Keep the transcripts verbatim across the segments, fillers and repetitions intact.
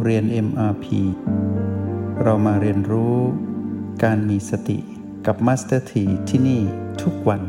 เรียน เอ็ม อาร์ พี เรามาเรียนรู้การมีสติกับ Master T ที่ที่นี่ทุกวัน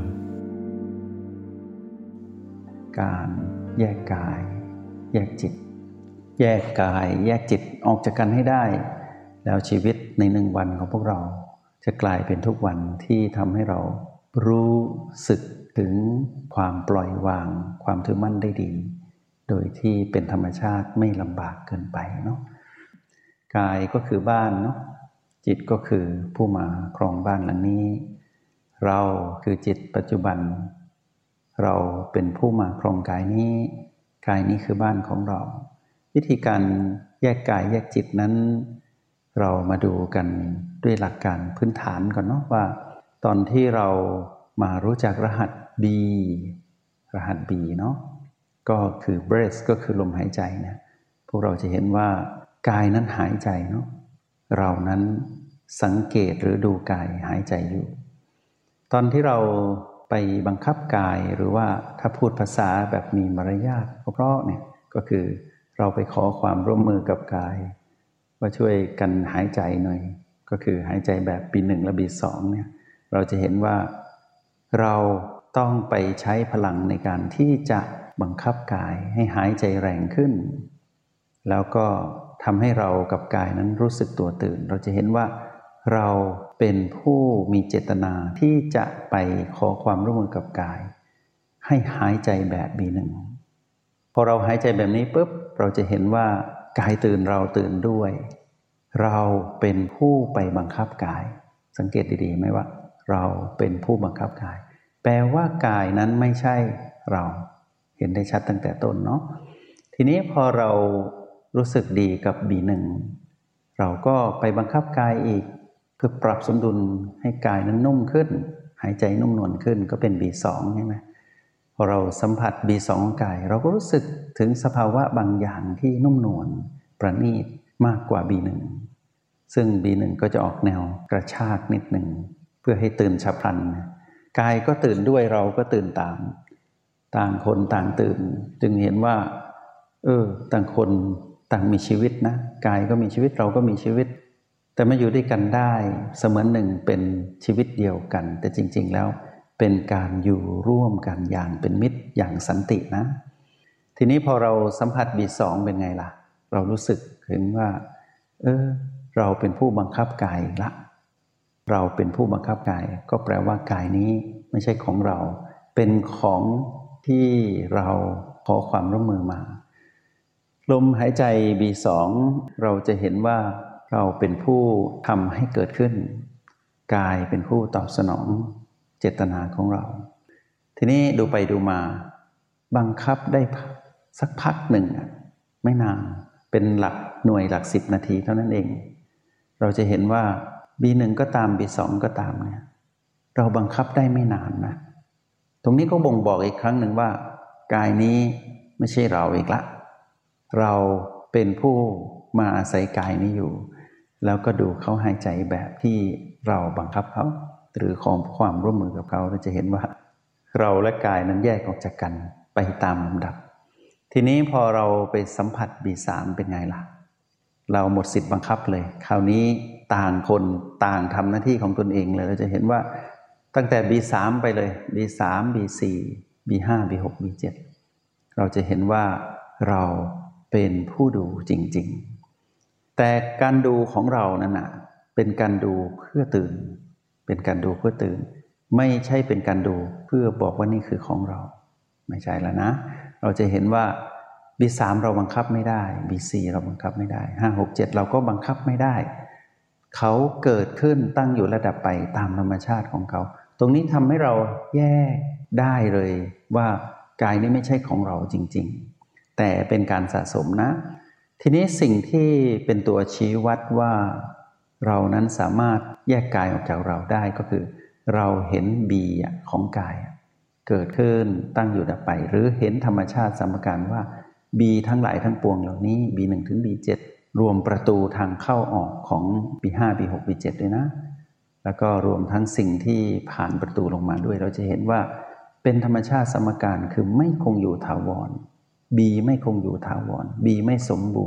การแยกกายแยกจิตแยกกายแยกจิตออกจากกันให้ได้แล้วชีวิตในหนึ่งวันของพวกเราจะกลายเป็นทุกวันที่ทำให้เรารู้สึกถึงความปล่อยวางความถือมั่นได้ดีโดยที่เป็นธรรมชาติไม่ลำบากเกินไปเนาะกายก็คือบ้านเนาะจิตก็คือผู้มาครองบ้านหลังนี้เราคือจิตปัจจุบันเราเป็นผู้มาครองกายนี้กายนี้คือบ้านของเราวิธีการแยกกายแยกจิตนั้นเรามาดูกันด้วยหลักการพื้นฐานก่อนเนาะว่าตอนที่เรามารู้จักรหัส B รหัส B เนาะก็คือ breath ก็คือลมหายใจเนี่ยพวกเราจะเห็นว่ากายนั้นหายใจเนาะเรานั้นสังเกตหรือดูกายหายใจอยู่ตอนที่เราไปบังคับกายหรือว่าถ้าพูดภาษาแบบมีมารยาทเพราะเนี่ยก็คือเราไปขอความร่วมมือกับกายว่าช่วยกันหายใจหน่อยก็คือหายใจแบบ บี หนึ่ง และ บี สอง เนี่ยเราจะเห็นว่าเราต้องไปใช้พลังในการที่จะบังคับกายให้หายใจแรงขึ้นแล้วก็ทำให้เรากับกายนั้นรู้สึกตัวตื่นเราจะเห็นว่าเราเป็นผู้มีเจตนาที่จะไปขอความร่วมมือกับกายให้หายใจแบบ บี หนึ่ง พอเราหายใจแบบนี้ปุ๊บเราจะเห็นว่ากายตื่นเราตื่นด้วยเราเป็นผู้ไปบังคับกายสังเกตดีๆไหมว่าเราเป็นผู้บังคับกายแปลว่ากายนั้นไม่ใช่เราเห็นได้ชัดตั้งแต่ต้นเนาะทีนี้พอเรารู้สึกดีกับ บี หนึ่ง เราก็ไปบังคับกายอีกเพื่อปรับสมดุลให้กายนั้นนุ่มขึ้นหายใจนุ่มนวลขึ้นก็เป็น บี สอง ใช่ไหมพอเราสัมผัส บี สอง ของกายเราก็รู้สึกถึงสภาวะบางอย่างที่นุ่มนวลประณีตมากกว่า บี หนึ่ง ซึ่ง บี หนึ่ง ก็จะออกแนวกระชากนิดหนึ่งเพื่อให้ตื่นฉับพลันกายก็ตื่นด้วยเราก็ตื่นตามต่างคนต่างตื่นจึงเห็นว่าเออต่างคนต่างมีชีวิตนะกายก็มีชีวิตเราก็มีชีวิตแต่มาอยู่ด้วยกันได้เสมือนหนึ่งเป็นชีวิตเดียวกันแต่จริงๆแล้วเป็นการอยู่ร่วมกันอย่างเป็นมิตรอย่างสันตินะทีนี้พอเราสัมผัส บี สอง เป็นไงล่ะเรารู้สึกถึงว่าเออเราเป็นผู้บังคับกายละเราเป็นผู้บังคับกายก็แปลว่ากายนี้ไม่ใช่ของเราเป็นของที่เราขอความร่วมมือมาลมหายใจ บี สอง เราจะเห็นว่าเราเป็นผู้ทำให้เกิดขึ้นกายเป็นผู้ตอบสนองเจตนาของเราทีนี้ดูไปดูมาบังคับได้สักพักหนึ่งไม่นานเป็นหลักหน่วยหลักสิบนาทีเท่านั้นเองเราจะเห็นว่า บี หนึ่ง ก็ตาม บี สอง ก็ตามเนี่ยเราบังคับได้ไม่นานนะตรงนี้ก็บ่งบอกอีกครั้งหนึ่งว่ากายนี้ไม่ใช่เราอีกละเราเป็นผู้มาอาศัยกายนี้อยู่แล้วก็ดูเขาหายใจแบบที่เราบังคับเขาหรือขอความร่วมมือกับเขาเราจะเห็นว่าเราและกายนั้นแยกออกจากกันไปตามลำดับทีนี้พอเราไปสัมผัส บี สาม เป็นไงล่ะเราหมดสิทธิ์บังคับเลยคราวนี้ต่างคนต่างทำหน้าที่ของตนเองเลยเราจะเห็นว่าตั้งแต่ บี สาม ไปเลย บี สาม บี สี่ บี ห้า บี หก บี เจ็ด เราจะเห็นว่าเราเป็นผู้ดูจริงๆแต่การดูของเรานั้นน่ะเป็นการดูเพื่อตื่นเป็นการดูเพื่อตื่นไม่ใช่เป็นการดูเพื่อบอกว่านี่คือของเราไม่ใช่แล้วนะเราจะเห็นว่า บี สาม เราบังคับไม่ได้ บี สี่ เราบังคับไม่ได้ ห้า หก เจ็ด เราก็บังคับไม่ได้เขาเกิดขึ้นตั้งอยู่ระดับไปตามธรรมชาติของเขาตรงนี้ทำให้เราแยกได้เลยว่ากายนี้ไม่ใช่ของเราจริงๆแต่เป็นการสะสมนะทีนี้สิ่งที่เป็นตัวชี้วัดว่าเรานั้นสามารถแยกกายออกจากเราได้ก็คือเราเห็น B ของกายเกิดขึ้นตั้งอยู่ดับไปหรือเห็นธรรมชาติสมการว่า B ทั้งหลายทั้งปวงเหล่านี้ บี หนึ่ง ถึง บี เจ็ด รวมประตูทางเข้าออกของ บี ห้า บี หก บี เจ็ด ด้วยนะแล้วก็รวมทั้งสิ่งที่ผ่านประตูลงมาด้วยเราจะเห็นว่าเป็นธรรมชาติสมการคือไม่คงอยู่ถาวร B ไม่คงอยู่ถาวร B ไม่สมบูรณ์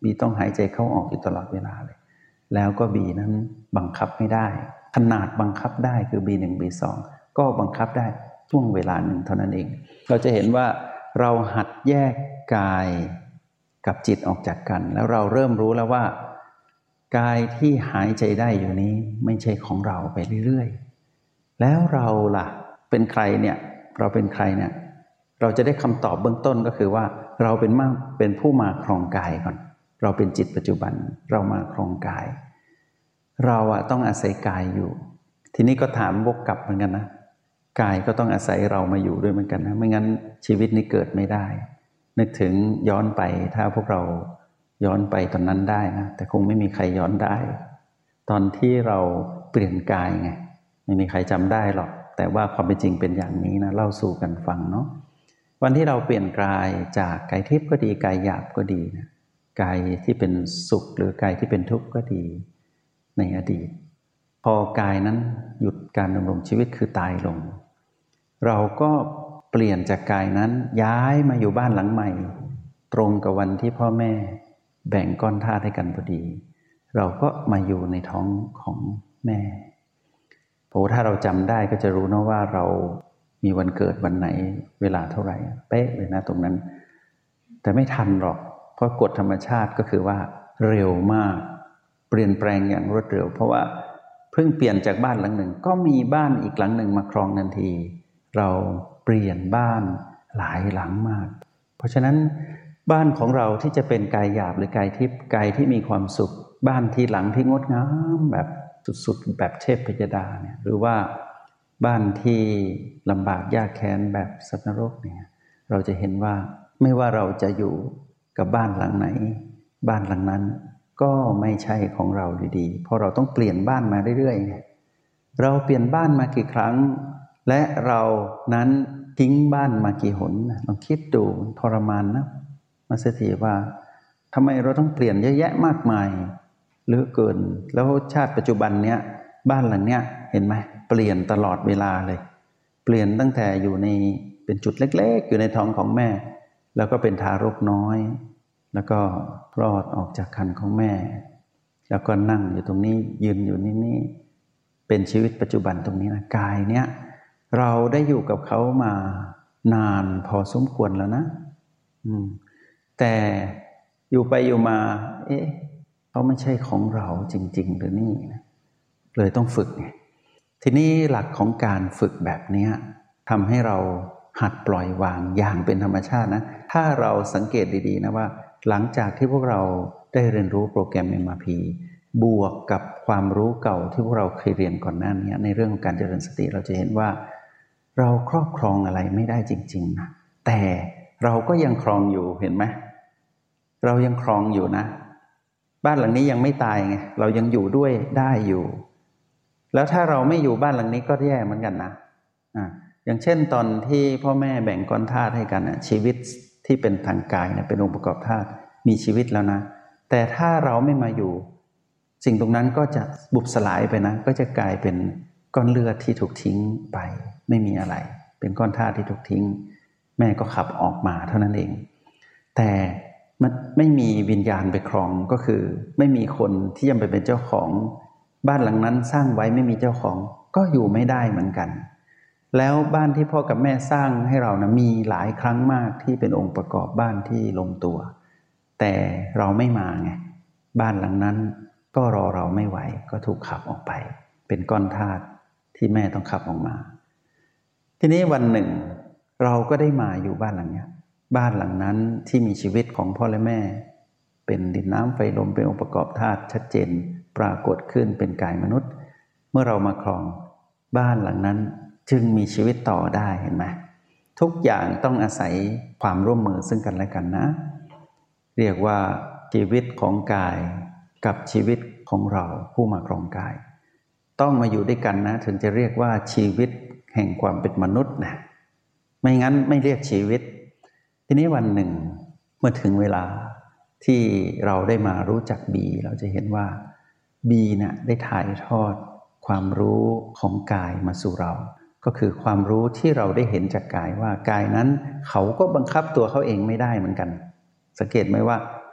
บีต้องหายใจเข้าออกอยู่ตลอดเวลาเลยแล้วก็บีนั้นบังคับไม่ได้ขนาดบังคับได้คือ บี หนึ่ง บี สอง ก็บังคับได้ช่วงเวลาหนึ่งเท่านั้นเองเราจะเห็นว่าเราหัดแยกกายกับจิตออกจากกันแล้วเราเริ่มรู้แล้วว่ากายที่หายใจได้อยู่นี้ไม่ใช่ของเราไปเรื่อยๆแล้วเราล่ะเป็นใครเนี่ยเราเป็นใครเนี่ยเราจะได้คำตอบเบื้องต้นก็คือว่าเราเป็นมาเป็นผู้มาครองกายก่อนเราเป็นจิตปัจจุบันเรามาครองกายเราอะต้องอาศัยกายอยู่ทีนี้ก็ถามวกกลับเหมือนกันนะกายก็ต้องอาศัยเรามาอยู่ด้วยเหมือนกันนะไม่งั้นชีวิตนี้เกิดไม่ได้นึกถึงย้อนไปถ้าพวกเราย้อนไปตอนนั้นได้นะแต่คงไม่มีใครย้อนได้ตอนที่เราเปลี่ยนกายไงไม่มีใครจำได้หรอกแต่ว่าความเป็นจริงเป็นอย่างนี้นะเล่าสู่กันฟังเนาะวันที่เราเปลี่ยนกายจากกายทิพย์ก็ดีกายหยาบก็ดีนะกายที่เป็นสุขหรือกายที่เป็นทุกข์ก็ดีในอดีตพอกายนั้นหยุดการดำรงชีวิตคือตายลงเราก็เปลี่ยนจากกายนั้นย้ายมาอยู่บ้านหลังใหม่ตรงกับวันที่พ่อแม่แบ่งก้อนธาตุให้กันพอดีเราก็มาอยู่ในท้องของแม่โอ้ถ้าเราจำได้ก็จะรู้นะว่าเรามีวันเกิดวันไหนเวลาเท่าไหร่เป๊ะเลยนะตรงนั้นแต่ไม่ทันหรอกเพราะกฎธรรมชาติก็คือว่าเร็วมากเปลี่ยนแปลงอย่างรวดเร็วเพราะว่าเพิ่งเปลี่ยนจากบ้านหลังหนึ่งก็มีบ้านอีกหลังหนึ่งมาครองทันทีเราเปลี่ยนบ้านหลายหลังมากเพราะฉะนั้นบ้านของเราที่จะเป็นกายหยาบหรือกายทิพย์กายที่มีความสุขบ้านที่หลังที่งดงามแบบสุดๆแบบเทพพยดาเนี่ยหรือว่าบ้านที่ลำบากยากแค้นแบบสัตว์นรกเนี่ยเราจะเห็นว่าไม่ว่าเราจะอยู่กับบ้านหลังไหนบ้านหลังนั้นก็ไม่ใช่ของเราอยู่ดีเพราะเราต้องเปลี่ยนบ้านมาเรื่อยๆเนี่ยเราเปลี่ยนบ้านมากี่ครั้งและเรานั้นทิ้งบ้านมากี่หนลองคิดดูทรมานนะมาเสียทีว่าทำไมเราต้องเปลี่ยนเยอะแยะมากมายเหลือเกินแล้วชาติปัจจุบันเนี้ยบ้านหลังเนี้ยเห็นไหมเปลี่ยนตลอดเวลาเลยเปลี่ยนตั้งแต่อยู่ในเป็นจุดเล็กๆอยู่ในท้องของแม่แล้วก็เป็นทารกน้อยแล้วก็คลอดออกจากครรภ์ของแม่แล้วก็นั่งอยู่ตรงนี้ยืนอยู่นี่นี่เป็นชีวิตปัจจุบันตรงนี้นะกายเนี้ยเราได้อยู่กับเขามานานพอสมควรแล้วนะอืมแต่อยู่ไปอยู่มาเอ๊ะเขาไม่ใช่ของเราจริงๆหรือนี่นะเลยต้องฝึกไงทีนี้หลักของการฝึกแบบนี้ทำให้เราหัดปล่อยวางอย่างเป็นธรรมชาตินะถ้าเราสังเกตดีๆนะว่าหลังจากที่พวกเราได้เรียนรู้โปรแกรม เอ็ม อาร์ พี บวกกับความรู้เก่าที่พวกเราเคยเรียนก่อนหน้านี้ในเรื่องของการเจริญสติเราจะเห็นว่าเราครอบครองอะไรไม่ได้จริงๆนะแต่เราก็ยังครองอยู่เห็นไหมเรายังครองอยู่นะบ้านหลังนี้ยังไม่ตายไงเรายังอยู่ด้วยได้อยู่แล้วถ้าเราไม่อยู่บ้านหลังนี้ก็แย่เหมือนกันนะอ่าอย่างเช่นตอนที่พ่อแม่แบ่งก้อนธาตุให้กันนะชีวิตที่เป็นทางกายนะเป็นองค์ประกอบธาตุมีชีวิตแล้วนะแต่ถ้าเราไม่มาอยู่สิ่งตรงนั้นก็จะบุบสลายไปนะก็จะกลายเป็นก้อนเลือดที่ถูกทิ้งไปไม่มีอะไรเป็นก้อนธาตุที่ถูกทิ้งแม่ก็ขับออกมาเท่านั้นเองแต่มันไม่มีวิญญาณไปครองก็คือไม่มีคนที่ยังไปเป็นเจ้าของบ้านหลังนั้นสร้างไว้ไม่มีเจ้าของก็อยู่ไม่ได้เหมือนกันแล้วบ้านที่พ่อกับแม่สร้างให้เรานะมีหลายครั้งมากที่เป็นองค์ประกอบบ้านที่ลงตัวแต่เราไม่มาไงบ้านหลังนั้นก็รอเราไม่ไหวก็ถูกขับออกไปเป็นก้อนธาตุที่แม่ต้องขับออกมาทีนี้วันหนึ่งเราก็ได้มาอยู่บ้านหลังนี้บ้านหลังนั้นที่มีชีวิตของพ่อและแม่เป็นดินน้ำไฟลมเป็นองค์ประกอบธาตุชัดเจนปรากฏขึ้นเป็นกายมนุษย์เมื่อเรามาครองบ้านหลังนั้นจึงมีชีวิตต่อได้เห็นไหมทุกอย่างต้องอาศัยความร่วมมือซึ่งกันและกันนะเรียกว่าชีวิตของกายกับชีวิตของเราผู้มาครองกายต้องมาอยู่ด้วยกันนะถึงจะเรียกว่าชีวิตแห่งความเป็นมนุษย์นะไม่งั้นไม่เรียกชีวิตทีนี้วันหนึ่งเมื่อถึงเวลาที่เราได้มารู้จักบีเราจะเห็นว่าบีเนี่ยได้ถ่ายทอดความรู้ของกายมาสู่เราก็คือความรู้ที่เราได้เห็นจากกายว่ากายนั้นเขาก็บังคับตัวเขาเองไม่ได้เหมือนกันสังเกตไหมว่า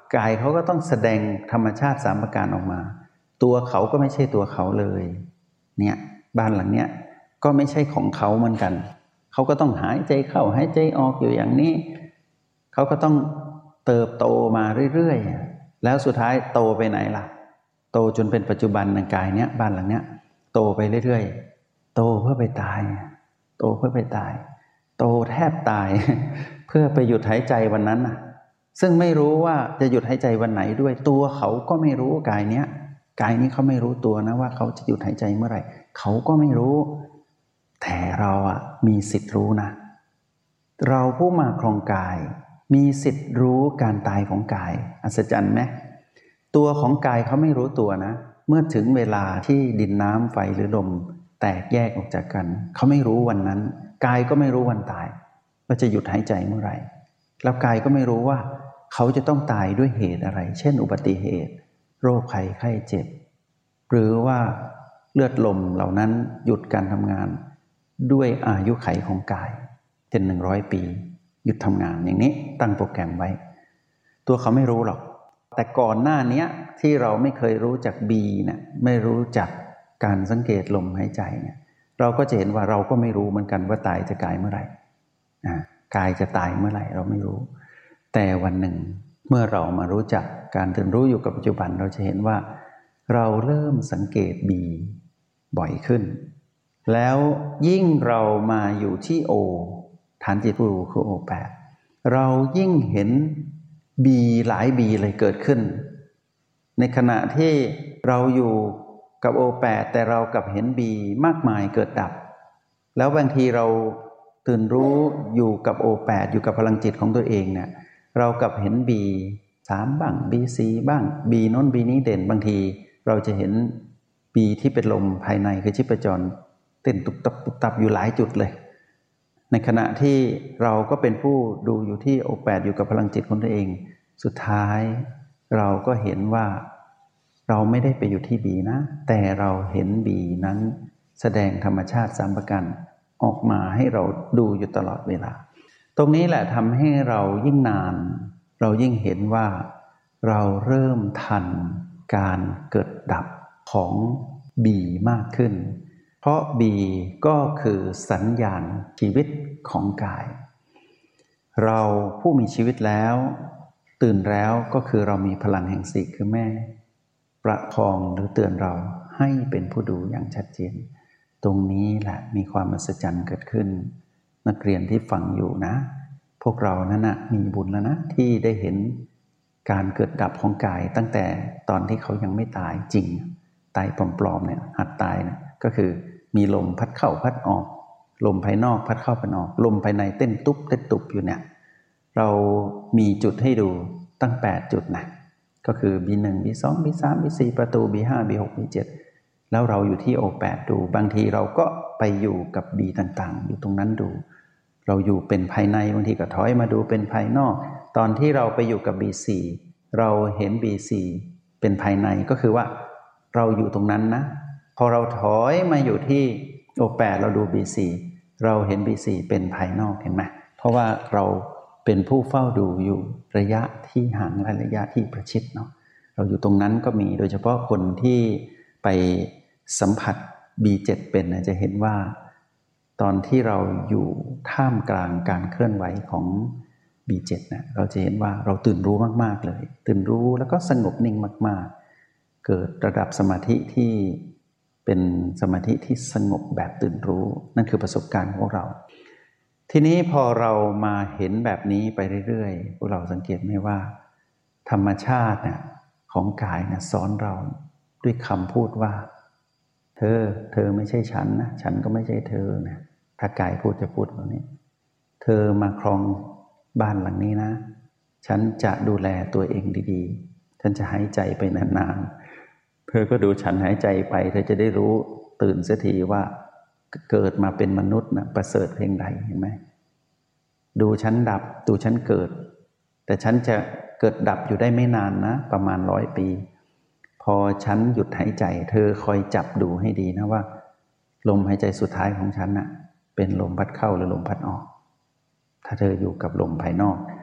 กายเขาก็ต้องแสดงธรรมชาติสามประการออกมาตัวเขาก็ไม่ใช่ตัวเขาเลยเนี่ยบ้านหลังเนี้ยก็ไม่ใช่ของเขาเหมือนกันเขาก็ต้องหายใจเข้าหายใจออกอยู่อย่างนี้เขาก็ต้องเติบโตมาเรื่อยๆแล้วสุดท้ายโตไปไหนล่ะโตจนเป็นปัจจุบันในกายเนี้ยบ้านหลังเนี้ยโตไปเรื่อยๆโตเพื่อไปตายโตเพื่อไปตายโตแทบตาย เพื่อไปหยุดหายใจวันนั้นน่ะซึ่งไม่รู้ว่าจะหยุดหายใจวันไหนด้วยตัวเขาก็ไม่รู้กายเนี้ยกายนี้เขาไม่รู้ตัวนะว่าเขาจะหยุดหายใจเมื่อไหร่เขาก็ไม่รู้แต่เราอะมีสิทธิ์รู้นะเราผู้มาครองกายมีสิทธิ์รู้การตายของกายอัศจรรย์ไหมตัวของกายเขาไม่รู้ตัวนะเมื่อถึงเวลาที่ดินน้ำไฟหรือลมแตกแยกออกจากกันเขาไม่รู้วันนั้นกายก็ไม่รู้วันตายว่าจะหยุดหายใจเมื่อไหร่แล้วกายก็ไม่รู้ว่าเขาจะต้องตายด้วยเหตุอะไรเช่นอุบัติเหตุโรคภัยไข้เจ็บหรือว่าเลือดลมเหล่านั้นหยุดการทำงานด้วยอายุขัยของกายเป็นหนึ่งร้อยปีหยุดทำงานอย่างนี้ตั้งโปรแกรมไว้ตัวเขาไม่รู้หรอกแต่ก่อนหน้านี้ที่เราไม่เคยรู้จักบีเนี่ยไม่รู้จักการสังเกตลมหายใจเนี่ยเราก็จะเห็นว่าเราก็ไม่รู้เหมือนกันว่าตายจะกายเมื่อไหร่อ่ากายจะตายเมื่อไหร่เราไม่รู้แต่วันหนึ่งเมื่อเรามารู้จักการตื่นรู้อยู่กับปัจจุบันเราจะเห็นว่าเราเริ่มสังเกตบีบ่อยขึ้นแล้วยิ่งเรามาอยู่ที่โอฐานจิตผู้รู้คือโอแปดเรายิ่งเห็นบีหลายบีเลยเกิดขึ้นในขณะที่เราอยู่กับโอแปดแต่เรากลับเห็นบีมากมายเกิดดับแล้วบางทีเราตื่นรู้อยู่กับโอแปดอยู่กับพลังจิตของตัวเองเนี่ยเรากลับเห็นบีสามบ้างบีสี่บ้างบีโน้นบีนี้เด่นบางทีเราจะเห็นบีที่เป็นลมภายในคือชีพจรเต้นตุบตับตุบตับอยู่หลายจุดเลยในขณะที่เราก็เป็นผู้ดูอยู่ที่โอแปดอยู่กับพลังจิตของตัวเองสุดท้ายเราก็เห็นว่าเราไม่ได้ไปอยู่ที่บีนะแต่เราเห็นบีนั้นแสดงธรรมชาติสามประการออกมาให้เราดูอยู่ตลอดเวลาตรงนี้แหละทำให้เรายิ่งนานเรายิ่งเห็นว่าเราเริ่มทันการเกิดดับของบีมากขึ้นเพราะบีก็คือสัญญาณชีวิตของกายเราผู้มีชีวิตแล้วตื่นแล้วก็คือเรามีพลังแห่งสิคือแม่ประคองหรือเตือนเราให้เป็นผู้ดูอย่างชัดเจนตรงนี้แหละมีความมหัศจรรย์เกิดขึ้นนักเรียนที่ฟังอยู่นะพวกเรานั้นนะมีบุญแล้วนะที่ได้เห็นการเกิดดับของกายตั้งแต่ตอนที่เขายังไม่ตายจริงตายปลอมๆเนี่ยหัดตายนะก็คือมีลมพัดเข้าพัดออกลมภายนอกพัดเข้าพัดออกลมภายในเต้นตุ๊บเต้นตุบอยู่เนี่ยเรามีจุดให้ดูตั้งแปดจุดนะก็คือ บี หนึ่ง บี สอง บี สาม บี สี่ ประตู บี ห้า บี หก บี เจ็ดแล้วเราอยู่ที่ โอ แปด ดูบางทีเราก็ไปอยู่กับ บี ต่างๆอยู่ตรงนั้นดูเราอยู่เป็นภายในบางทีก็ถอยมาดูเป็นภายนอกตอนที่เราไปอยู่กับ บี สี่ เราเห็น บี สี่ เป็นภายในก็คือว่าเราอยู่ตรงนั้นนะพอเราถอยมาอยู่ที่ โอ แปด เราดู บี สี่ เราเห็น บี สี่ เป็นภายนอกเห็นไหมเพราะว่าเราเป็นผู้เฝ้าดูอยู่ระยะที่ห่างและระยะที่ประชิดเนาะเราอยู่ตรงนั้นก็มีโดยเฉพาะคนที่ไปสัมผัส บี เจ็ด เป็นนะจะเห็นว่าตอนที่เราอยู่ท่ามกลางการเคลื่อนไหวของ บี เจ็ด นะเราจะเห็นว่าเราตื่นรู้มากๆเลยตื่นรู้แล้วก็สงบนิ่งมากๆเกิดระดับสมาธิที่เป็นสมาธิที่สงบแบบตื่นรู้นั่นคือประสบการณ์ของเราทีนี้พอเรามาเห็นแบบนี้ไปเรื่อยๆพวกเราสังเกตไหมว่าธรรมชาติเนี่ยของกายเนี่ยสอนเราด้วยคำพูดว่าเธอเธอไม่ใช่ฉันนะฉันก็ไม่ใช่เธอนะถ้ากายพูดจะพูดแบบนี้เธอมาครองบ้านหลังนี้นะฉันจะดูแลตัวเองดีๆฉันจะหายใจไปนานๆเธอก็ดูฉันหายใจไปเธอจะได้รู้ตื่นเสียทีว่าเกิดมาเป็นมนุษย์นะประเสริฐเพียงใดเห็นไหมดูฉันดับดูฉันเกิดแต่ฉันจะเกิดดับอยู่ได้ไม่นานนะประมาณร้อยปีพอฉันหยุดหายใจเธอคอยจับดูให้ดีนะว่าลมหายใจสุดท้ายของฉันน่ะเป็นลมพัดเข้าหรือลมพัดออกถ้าเธออยู่กับลมภายนอก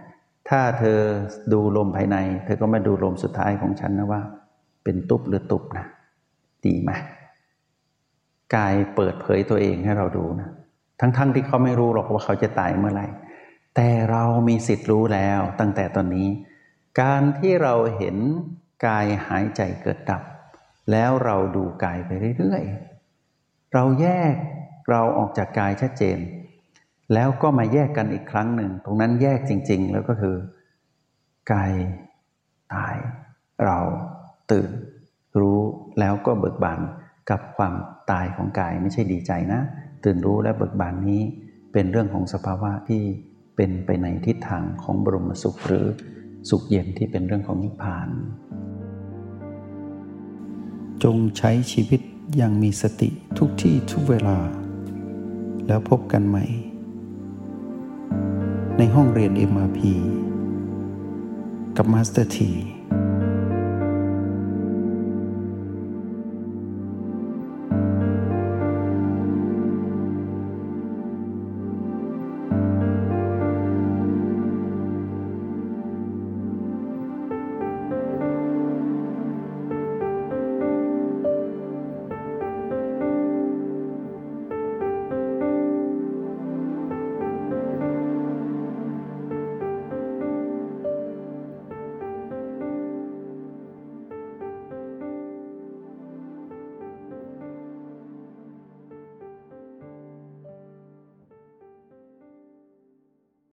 ถ้าเธอดูลมภายในเธอก็มาดูลมสุดท้ายของฉันนะว่าเป็นตุ๊บหรือตุบนะดีไหมกายเปิดเผยตัวเองให้เราดูนะทั้งๆ ท, ที่เขาไม่รู้หรอกว่าเขาจะตายเมื่อไหร่แต่เรามีสิทธิ์รู้แล้วตั้งแต่ตอนนี้การที่เราเห็นกายหายใจเกิดดับแล้วเราดูกายไปเรื่อยๆเราแยกเราออกจากกายชัดเจนแล้วก็มาแยกกันอีกครั้งหนึ่งตรงนั้นแยกจริงๆแล้วก็คือกายตายเราตื่นรู้แล้วก็เบิกบานกับความตายของกายไม่ใช่ดีใจนะตื่นรู้และเบิกบานนี้เป็นเรื่องของสภาวะที่เป็นไปในทิศทางของบรมสุขหรือสุขเย็นที่เป็นเรื่องของนิพพานจงใช้ชีวิตอย่างมีสติทุกที่ทุกเวลาแล้วพบกันใหม่ในห้องเรียน เอ็ม อาร์ พี กับมาสเตอร์ ที